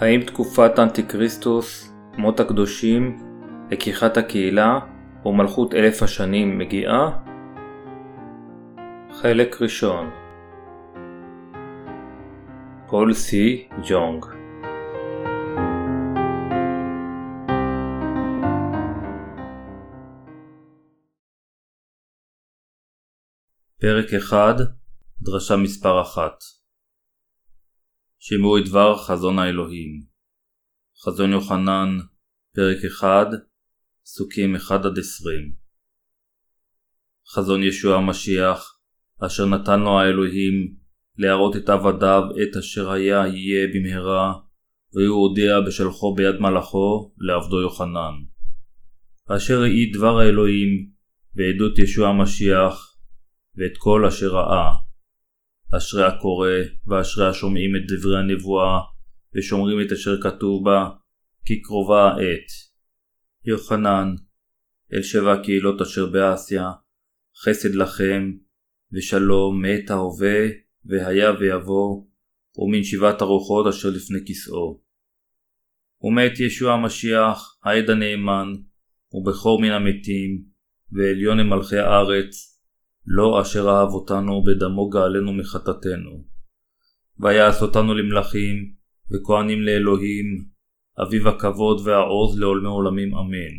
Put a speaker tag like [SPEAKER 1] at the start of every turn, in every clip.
[SPEAKER 1] האם תקופת אנטיקריסטוס, מות הקדושים, לקיחת הקהילה או מלכות 1000 השנים מגיעה? חלק ראשון. פול סי ג'ונג. פרק 1, דרשה מספר 1. שמעו את דבר חזון האלוהים. חזון יוחנן, פרק 1, פסוקים 1-20. חזון ישוע המשיח, אשר נתן לו האלוהים, להראות את עבדיו את אשר היה יהיה במהרה, והוא הודיע בשלחו ביד מלאכו לעבדו יוחנן. אשר ראי דבר האלוהים, ועדות ישוע המשיח, ואת כל אשר ראה. אשרי הקורא, ואשרי השומעים את דברי הנבואה, ושומרים את אשר כתוב בה, כי קרובה העת. יוחנן, אל 7 קהילות אשר באסיה, חסד לכם, ושלום מאת ההווה, והיה ויבוא, ומן 7 הרוחות אשר לפני כסאו. ומאת ישוע המשיח, העד הנאמן, ובכור מן המתים, ועליון למלכי הארץ, לא אשר אהב אותנו בדמו גאלנו מחטאתנו. ויעש אותנו למלכים וכהנים לאלוהים, אביב הכבוד והעוז לעולמי עולמים אמן.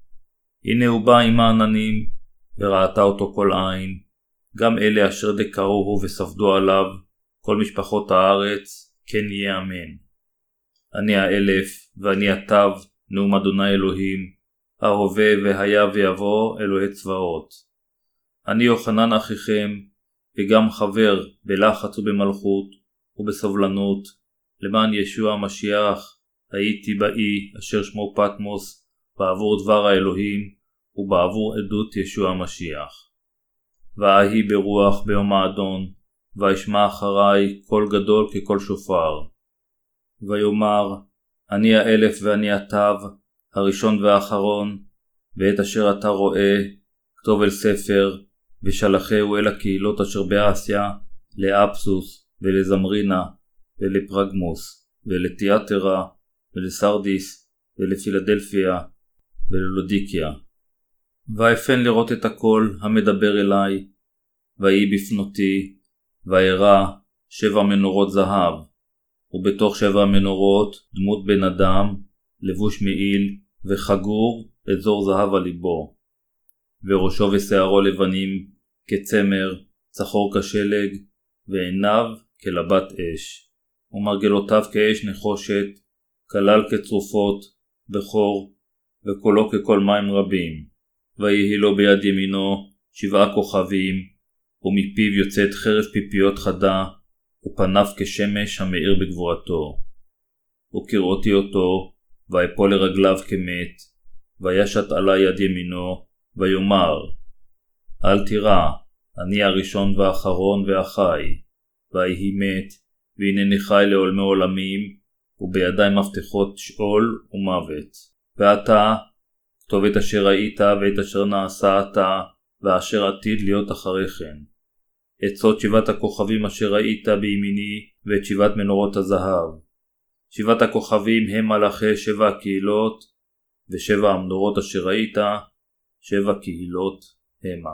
[SPEAKER 1] הנה הוא בא עם העננים, וראתה אותו כל עין, גם אלה אשר דקרוהו וספדו עליו, כל משפחות הארץ, כן יהיה אמן. אני 1000 ואני התו, נאום אדוני אלוהים, ההווה והיה ויבוא אלוהי צבאות. אני יוחנן אחיכם, וגם חבר בלחץ ובמלכות ובסובלנות, למען ישוע המשיח, הייתי באי אשר שמו פטמוס, בעבור דבר האלוהים, ובעבור עדות ישוע המשיח. ואהי ברוח ביום האדון, וישמע אחריי קול גדול כקול שופר. ויאמר, אני 1000 ואני התו, הראשון והאחרון, ואת אשר אתה רואה, כתוב אל ספר, ושלחהו אל הקהילות אשר באסיה, לאפסוס ולזמרינה ולפרגמוס ולתיאטרה ולסרדיס ולפילדלפיה וללודיקיה. ואפן לראות את הכל המדבר אליי, ויהי בפנותי, וירא 7 מנורות זהב, ובתוך 7 מנורות דמות בן אדם, לבוש מעיל, וחגור אזור זהב על ליבו. וראשו ושערו לבנים כצמר, צחור כשלג, ועיניו כלבת אש, ומרגלותיו כאש נחושת, כלל כצרופות, בחור, וקולו ככל מים רבים. ויהי לו ביד ימינו 7 כוכבים, ומפיו יוצאת חרב פיפיות חדה, ופניו כשמש המאיר בגבורתו. וכראותי אותו, ויפול לרגליו כמת, וישת עלי יד ימינו, ויאמר, אל תירא, אני הראשון והאחרון והחי, ויהי מת, והנני חי לעולמי עולמים, ובידי מפתחות שאול ומוות. ואתה, כתוב את אשר ראית ואת אשר נעשה אתה, ואשר עתיד להיות אחרי כן. את סוד 7 הכוכבים אשר ראית בימיני, ואת 7 מנורות הזהב. 7 הכוכבים הם מלאכי 7 הקהילות, ו7 המנורות אשר ראית, 7 קהילות המה.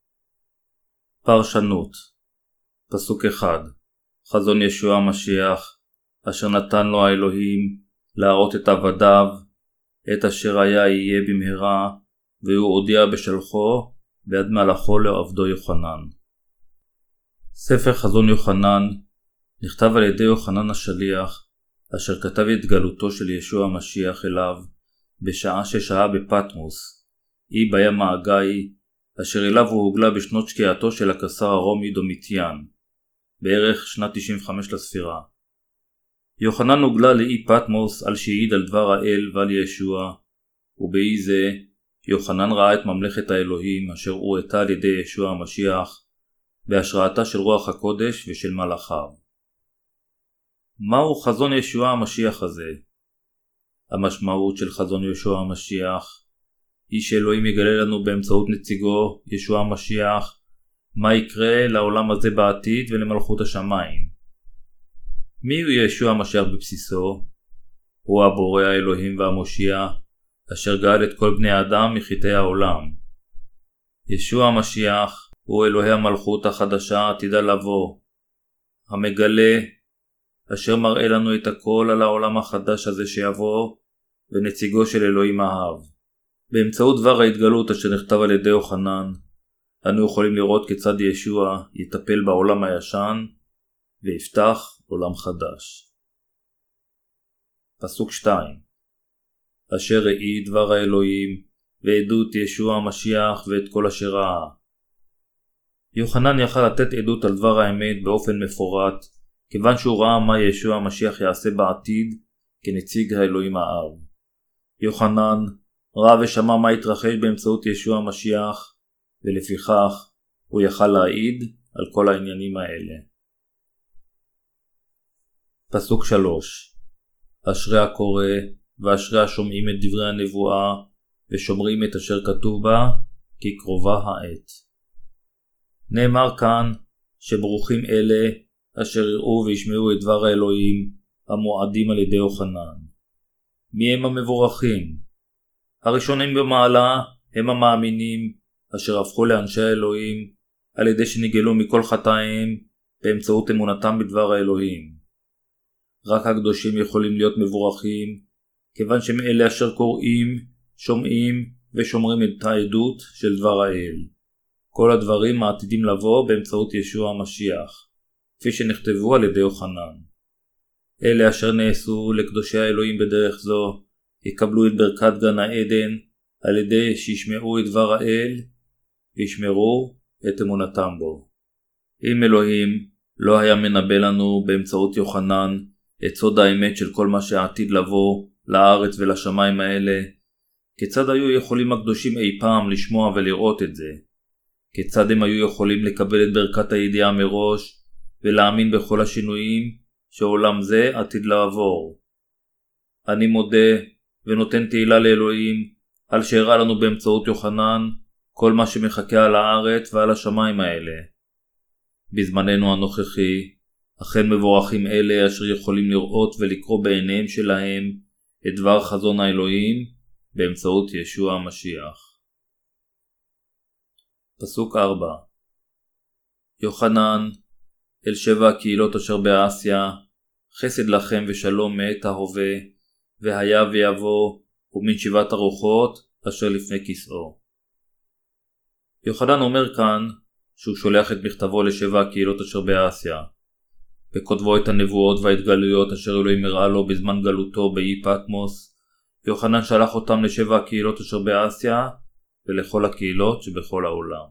[SPEAKER 1] פרשנות. פסוק 1. חזון ישוע המשיח, אשר נתן לו האלוהים, להראות את עבדיו, את אשר היה יהיה במהרה, והוא הודיע בשלחו, ביד מלאכו לעבדו יוחנן. ספר חזון יוחנן, נכתב על ידי יוחנן השליח, אשר כתב את גלותו של ישוע המשיח אליו, בשעה ששהה בפטמוס, אי בים האגאי, אשר אליו הוא הוגלה בשנות שקיעתו של הקיסר הרומי דומיטיאן, בערך שנת 95 לספירה. יוחנן הוגלה לאי פטמוס על שהעיד על דבר האל ועל ישוע, ובאי זה יוחנן ראה את ממלכת האלוהים אשר הוראתה על ידי ישוע המשיח, בהשראתה של רוח הקודש ושל מלאכיו. מהו חזון ישוע המשיח הזה? המשמעות של חזון ישוע המשיח היא שאלוהים יגלה לנו באמצעות נציגו, ישוע המשיח, מה יקרה לעולם הזה בעתיד ולמלכות השמיים. מי הוא ישוע המשיח בבסיסו? הוא הבורא האלוהים והמושיע, אשר גאל את כל בני האדם מחטאי העולם. ישוע המשיח הוא אלוהי המלכות החדשה העתידה לבוא, המגלה, אשר מראה לנו את הכל על העולם החדש הזה שיבוא, ונציגו של אלוהים האב. באמצעות דבר ההתגלות אשר נכתב על ידי יוחנן, אנו יכולים לראות כיצד ישוע יטפל בעולם הישן, ויפתח עולם חדש. פסוק 2 אשר ראי דבר האלוהים, ועדות ישוע המשיח ואת כל אשר ראה. יוחנן יכל לתת עדות על דבר האמת באופן מפורט, כיוון שהוא ראה מה ישוע המשיח יעשה בעתיד כנציג האלוהים האב. יוחנן ראה ושמע מה התרחש באמצעות ישוע המשיח, ולפיכך הוא יכל להעיד על כל העניינים האלה. פסוק 3 אשרי הקורא ואשרי השומעים את דברי הנבואה ושומרים את אשר כתוב בה, כי קרובה העת. נאמר כאן שברוכים אלה אשר יראו וישמעו את דבר האלוהים המועדים על ידי יוחנן. מי הם המבורכים? הראשונים במעלה הם המאמינים אשר הפכו לאנשי האלוהים על ידי שנגאלו מכל חטאיהם באמצעות אמונתם בדבר האלוהים. רק הקדושים יכולים להיות מבורכים, כיוון שהם אלה אשר קוראים, שומעים ושומרים את העדות של דבר האל. כל הדברים העתידים לבוא באמצעות ישוע המשיח, כפי שנכתבו על ידי יוחנן. אלה אשר נעשו לקדושי האלוהים בדרך זו, יקבלו את ברכת גן העדן על ידי שישמעו את דבר האל וישמרו את אמונתם בו. אם אלוהים לא היה מנבא לנו באמצעות יוחנן את סוד האמת של כל מה שעתיד לבוא לארץ ולשמיים האלה, כיצד היו יכולים הקדושים אי פעם לשמוע ולראות את זה? כיצד הם היו יכולים לקבל את ברכת הידיעה מראש ולהאמין בכל השינויים שעולם זה עתיד לעבור? אני מודה ונותן תהילה לאלוהים על שהראה לנו באמצעות יוחנן כל מה שמחכה על הארץ ועל השמיים האלה. בזמננו הנוכחי, אכן מבורכים אלה אשר יכולים לראות ולקרוא בעיניהם שלהם את דבר חזון האלוהים באמצעות ישוע המשיח. פסוק 4 יוחנן אל 7 הקהילות אשר באסיה, חסד לכם ושלום מאת ההווה, והיה ויבוא, ומן 7 הרוחות אשר לפני כיסאו. יוחנן אומר כאן שהוא שולח את מכתבו ל7 הקהילות אשר באסיה, וכותבו את הנבואות וההתגלויות אשר אלוהים הראה לו בזמן גלותו באי פטמוס. יוחנן שלח אותם ל7 הקהילות אשר באסיה ולכל הקהילות שבכל העולם.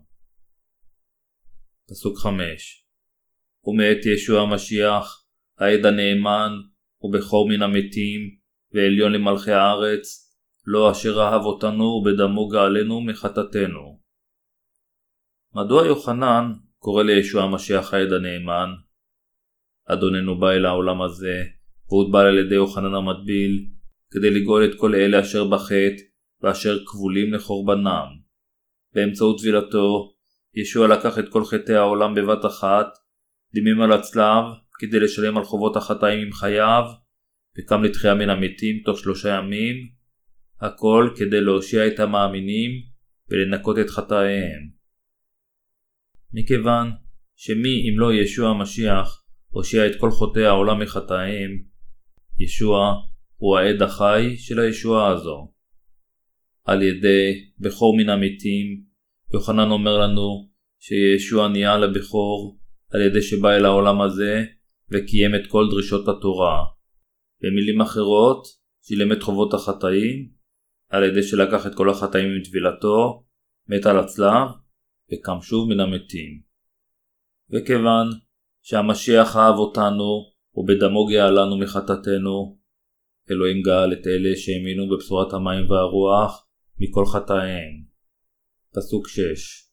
[SPEAKER 1] פסוק 5 ומאת ישוע המשיח, העד הנאמן, ובכור מן המתים, ועליון למלכי הארץ, לא אשר אהב אותנו ובדמו גאלנו מחטאתנו. מדוע יוחנן קורא לישוע המשיח העד הנאמן? אדוננו בא אל העולם הזה, והוטבל על ידי יוחנן המטביל, כדי לגאול את כל אלה אשר בחטא, ואשר כבולים לחורבנם. באמצעות טבילתו, ישוע לקח את כל חטאי העולם בבת אחת, דימם על הצלב, כדי לשלם על חובות החטאים עם חייו, וקם לתחייה מן המתים תוך 3 ימים, הכל כדי להושיע את המאמינים ולנקות את חטאיהם. מכיוון שמי אם לא ישוע המשיח הושיע את כל חוטאי העולם מחטאיהם, ישוע הוא העד החי של הישועה הזו. על ידי בכור מן המתים, יוחנן אומר לנו שישוע נהיה לבכור על ידי שבא אל העולם הזה וקיים את כל דרישות התורה. במילים אחרות, שילם את חובות החטאים על ידי שלקח את כל החטאים עם טבילתו, מת על הצלב וקם שוב מן המתים. וכיוון שהמשיח אהב אותנו ובדמו גאלנו מחטאתנו, אלוהים גאל את אלה שהאמינו בבשורת המים והרוח מכל חטאיהם. פסוק 6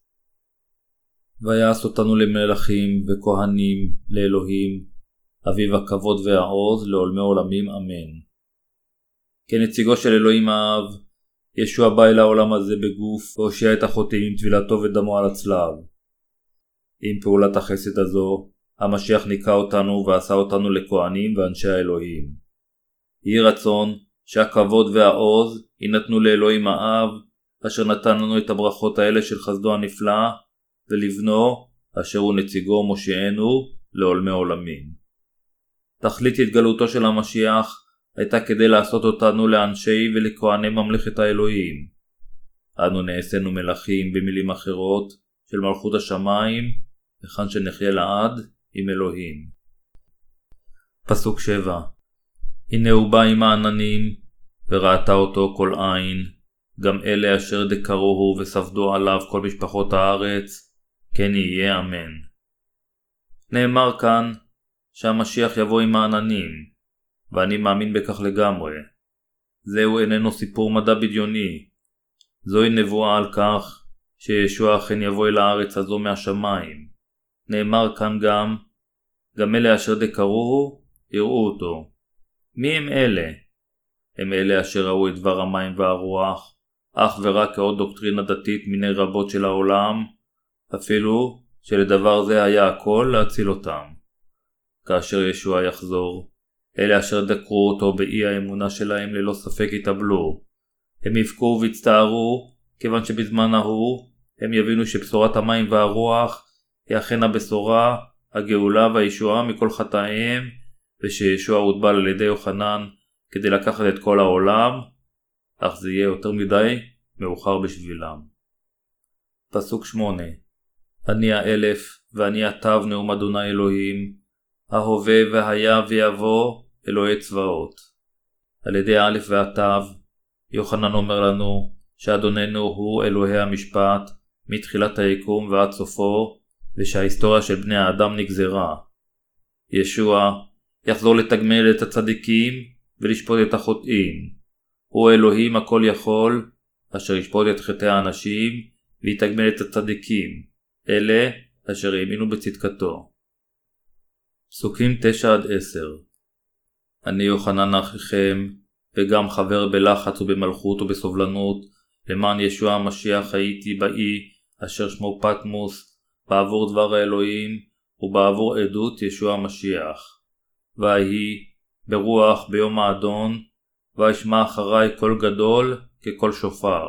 [SPEAKER 1] ויעש אותנו למלכים וכהנים לאלוהים, אביב הכבוד והעוז לעולמי עולמים אמן. כנציגו של אלוהים האב, ישוע בא אל העולם הזה בגוף והושיע את החוטאים עם טבילתו ודמו על הצלב. עם פעולת החסד הזו, המשיח ניקה אותנו ועשה אותנו לכהנים ואנשי האלוהים. יהי רצון שהכבוד והעוז יינתנו לאלוהים האב, אשר נתן לנו את הברכות האלה של חסדו הנפלא, ולבנו, אשר הוא נציגו מושיענו לעולמי עולמים. תכלית התגלותו של המשיח הייתה כדי לעשות אותנו לאנשי ולכהני ממלכת האלוהים. אנו נעשינו מלכים במילים אחרות של מלכות השמיים, וכאן שנחיה לעד עם אלוהים. פסוק 7. הנה הוא בא עם העננים, וראתה אותו כל עין, גם אלה אשר דקרוהו וספדו עליו כל משפחות הארץ, כן יהיה אמן. נאמר כאן שהמשיח יבוא עם העננים, ואני מאמין בכך לגמרי. זהו איננו סיפור מדע בדיוני. זוהי נבואה על כך שישוע אכן יבוא אל הארץ הזו מהשמיים. נאמר כאן גם אלה אשר דקרוהו יראו אותו. מי הם אלה? הם אלה אשר ראו את דבר המים והרוח, אך ורק כעוד דוקטרינה דתית מיני רבות של העולם, אפילו שלדבר זה היה הכל להציל אותם. כאשר ישוע יחזור, אלה אשר דקרו אותו באי האמונה שלהם ללא ספק יתאבלו. הם יבכו והצטערו, כיוון שבזמן ההוא הם יבינו שבשורת המים והרוח היא אכן הבשורה, הגאולה והישועה מכל חטאיהם, ושישוע הוטבל על ידי יוחנן כדי לקחת את כל העולם, אך זה יהיה יותר מדי מאוחר בשבילם. פסוק 8. אני האלף ואני התו נאום אדוני אלוהים, ההווה והיה ויבוא אלוהי צבאות. על ידי האלף והתו, יוחנן אומר לנו שאדוננו הוא אלוהי המשפט מתחילת היקום ועד סופו, ושההיסטוריה של בני האדם נגזרה. ישוע יחזור לתגמל את הצדיקים ולשפוט את החוטאים. הוא אלוהים הכל יכול, אשר ישפוט את חטאי האנשים ויתגמל את הצדיקים, אלה אשר האמינו בצדקתו. פסוקים 9-10. אני יוחנן אחיכם, וגם חבר בלחץ ובמלכות ובסובלנות, למען ישוע המשיח הייתי באי אשר שמו פטמוס, בעבור דבר האלוהים ובעבור עדות ישוע המשיח. והיא ברוח ביום האדון, וישמע אחריי קול גדול כקול שופר.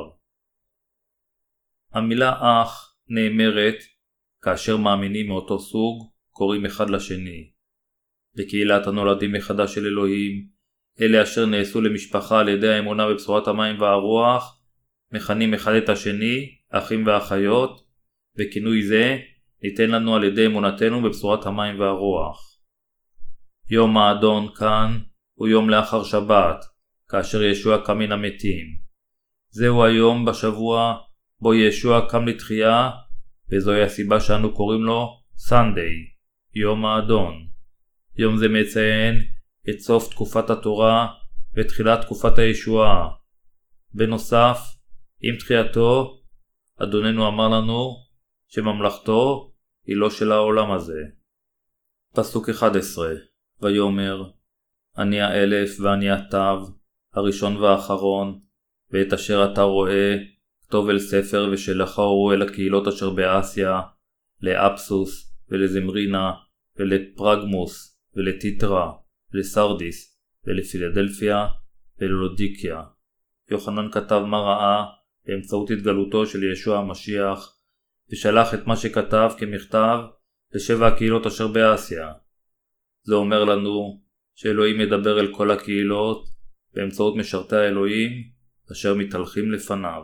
[SPEAKER 1] המילה אח נאמרת כאשר מאמינים מאותו סוג קוראים אחד לשני. בקהילת הנולדים מחדש של אלוהים, אלה אשר נעשו למשפחה על ידי האמונה בבשורת המים והרוח, מכנים אחד את השני אחים ואחיות, וכינוי זה ניתן לנו על ידי אמונתנו בבשורת המים והרוח. יום האדון כאן הוא יום לאחר שבת, כאשר ישוע קם מן המתים. זהו היום בשבוע בו ישוע קם לתחייה, וזוהי הסיבה שאנו קוראים לו סנדיי, יום האדון. יום זה מציין את סוף תקופת התורה ותחילת תקופת הישועה. בנוסף, עם תחייתו, אדוננו אמר לנו שממלכתו היא לא של העולם הזה. פסוק 11. ויאמר, אני האלף ואני התו, הראשון והאחרון, ואת אשר אתה רואה, כתוב אל ספר ושלחהו אל הקהילות אשר באסיה, לאפסוס ולזמרינה ולפרגמוס ולטיטרה ולסרדיס ולפילדלפיה וללודיקיה. יוחנן כתב מה ראה באמצעות התגלותו של ישוע המשיח, ושלח את מה שכתב כמכתב ל7 הקהילות אשר באסיה. זה אומר לנו שאלוהים ידבר אל כל הקהילות באמצעות משרתי האלוהים אשר מתהלכים לפניו.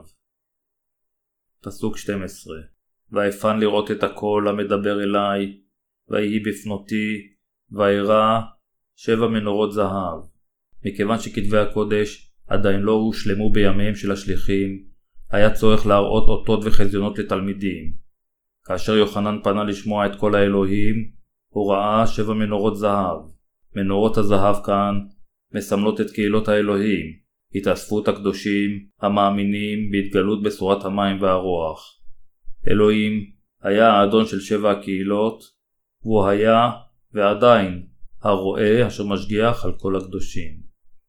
[SPEAKER 1] פסוק 12. ואפן לראות את הקול המדבר אליי, ויהי בפנותי, וירא 7 מנורות זהב. מכיוון שכתבי הקודש עדיין לא הושלמו בימיהם של השליחים, היה צורך להראות אותות וחזיונות לתלמידים. כאשר יוחנן פנה לשמוע את קול האלוהים, הוא ראה 7 מנורות זהב. מנורות הזהב כאן מסמלות את קהילות האלוהים, התאספות הקדושים המאמינים בהתגלות בשורת המים והרוח. אלוהים היה האדון של 7 הקהילות, והוא היה ועדיין הרואה אשר משגיח על כל הקדושים.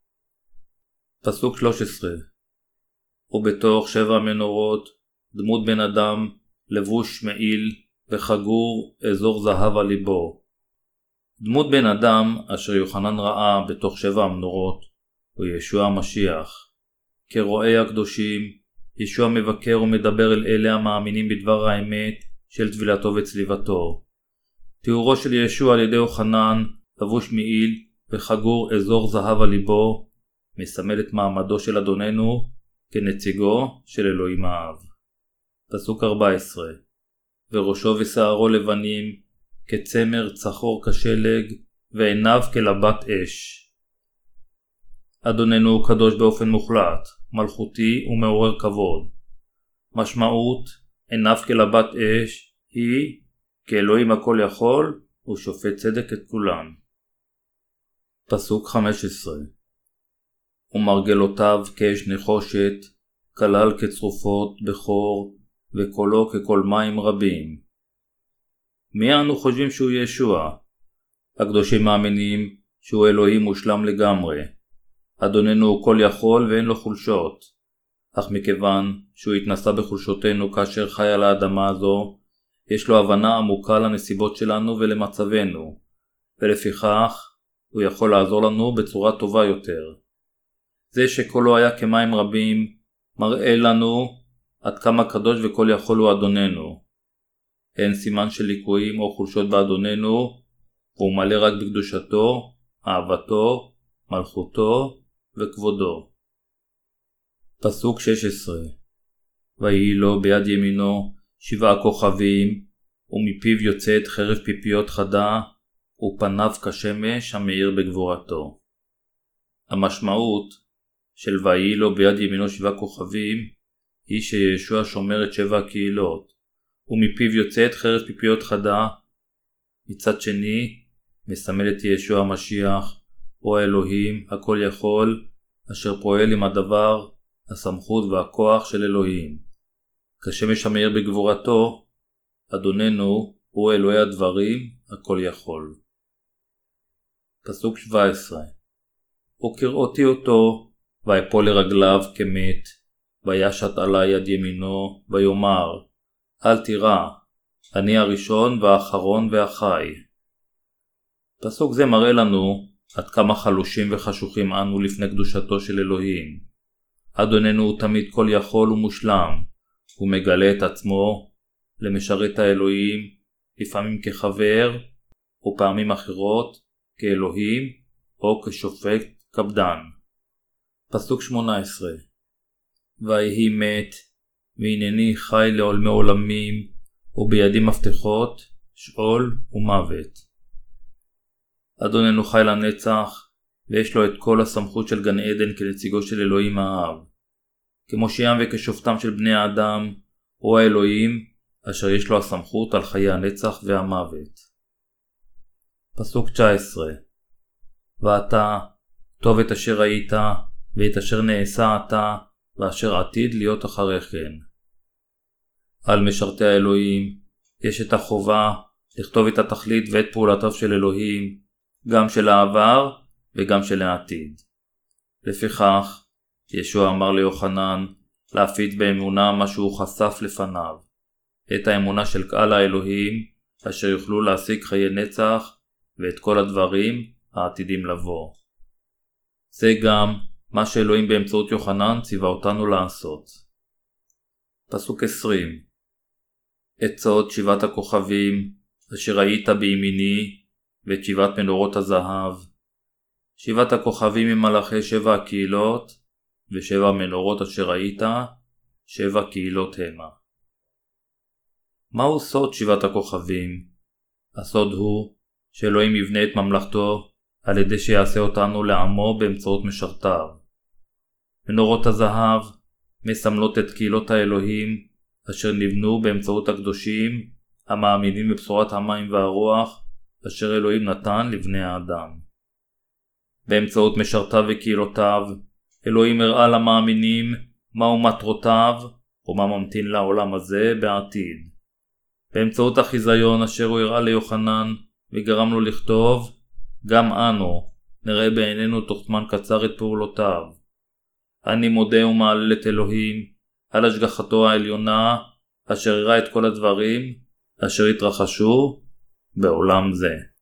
[SPEAKER 1] פסוק 13. ובתוך 7 מנורות דמות בן אדם לבוש מעיל וחגור אזור זהב על ליבו. דמות בן אדם אשר יוחנן ראה בתוך 7 המנורות הוא ישוע המשיח. כרואי הקדושים, ישוע מבקר ומדבר אל אלה המאמינים בדבר האמת של טבילתו וצליבתו. תיאורו של ישוע על ידי יוחנן, לבוש מעיל וחגור אזור זהב על ליבו, מסמל את מעמדו של אדוננו כנציגו של אלוהים האב. פסוק 14. וראשו ושערו לבנים, כצמר צחור כשלג, ועיניו כלבת אש. אדוננו הוא קדוש באופן מוחלט, מלכותי ומעורר כבוד. משמעות עיניו כלבת אש היא כאלוהים הכל יכול ושופט צדק את כולם. פסוק 15. ומרגלותיו כאש נחושת, כלל כצרופות בחור, וקולו ככל מים רבים. מי אנו חושבים שהוא ישוע? הקדושים מאמינים שהוא אלוהים מושלם לגמרי. אדוננו הוא כל יכול ואין לו חולשות. אך מכיוון שהוא התנסה בחולשותנו כאשר חי על האדמה הזו, יש לו הבנה עמוקה לנסיבות שלנו ולמצבנו, ולפיכך הוא יכול לעזור לנו בצורה טובה יותר. זה שקולו היה כמים רבים מראה לנו עד כמה קדוש וכל יכול הוא אדוננו. אין סימן של ליקויים או חולשות באדוננו, והוא מלא רק בקדושתו, אהבתו, מלכותו וכבודו. פסוק 16. ויהי לו ביד ימינו 7 כוכבים, ומפיו יוצאת חרב פיפיות חדה, ופניו כשמש המאיר בגבורתו. המשמעות של ויהי לו ביד ימינו 7 כוכבים היא שישוע שומר את 7 הקהילות, ומפיו יוצאת חרב פיפיות חדה. מצד שני, מסמל את ישוע המשיח, או האלוהים הכל יכול, אשר פועל עם הדבר, הסמכות והכוח של אלוהים. כשמש המאיר בגבורתו, אדוננו הוא אלוהי הדברים הכל יכול. פסוק 17. וכראותי אותו, ויפול לרגליו כמת, וישת עלי יד ימינו, ויאמר, אל תירא, אני הראשון והאחרון והחי. פסוק זה מראה לנו עד כמה חלושים וחשוכים אנו לפני קדושתו של אלוהים. אדוננו הוא תמיד כל יכול ומושלם, הוא מגלה את עצמו למשרת האלוהים, לפעמים כחבר, ופעמים אחרות כאלוהים או כשופט קפדן. פסוק 18. ויהי מת, והנני חי לעולמי עולמים, ובידי מפתחות, שאול ומוות. אדוננו חי לנצח, ויש לו את כל הסמכות של גן עדן כנציגו של אלוהים האב. כמושיעם וכשופטם של בני האדם, הוא האלוהים אשר יש לו הסמכות על חיי הנצח והמוות. פסוק 19. ואתה, טוב את אשר היית, ואת אשר נעשה אתה, ואשר עתיד להיות אחרי כן. על משרתי האלוהים יש את החובה לכתוב את התכלית ואת פעולתיו של אלוהים, גם של העבר וגם של העתיד. לפיכך, ישוע אמר ליוחנן להפיץ באמונה מה שהוא חשף לפניו, את האמונה של קהל האלוהים, אשר יוכלו להשיג חיי נצח ואת כל הדברים העתידים לבוא. זה גם מה שאלוהים באמצעות יוחנן ציווה אותנו לעשות. פסוק 20. את סוד 7 הכוכבים אשר היית בימיני, ואת 7 מנורות הזהב. 7 הכוכבים הם מלאכי 7 הקהילות, ו7 מנורות אשר היית, 7 קהילות המה. מהו סוד 7 הכוכבים? הסוד הוא שאלוהים יבנה את ממלכתו על ידי שיעשה אותנו לעמו באמצעות משרתיו. מנורות הזהב מסמלות את קהילות האלוהים אשר נבנו באמצעות הקדושים המאמינים בבשורת המים והרוח אשר אלוהים נתן לבני האדם. באמצעות משרתיו וקהילותיו אלוהים הראה למאמינים מהו מטרותיו ומה ממתין לעולם הזה בעתיד. באמצעות החיזיון אשר הוא הראה ליוחנן וגרם לו לכתוב, גם אנו נראה בעינינו תוך זמן קצר את פעולותיו. אני מודה ומעלל את אלוהים על השגחתו העליונה אשר הראה את כל הדברים אשר התרחשו בעולם זה.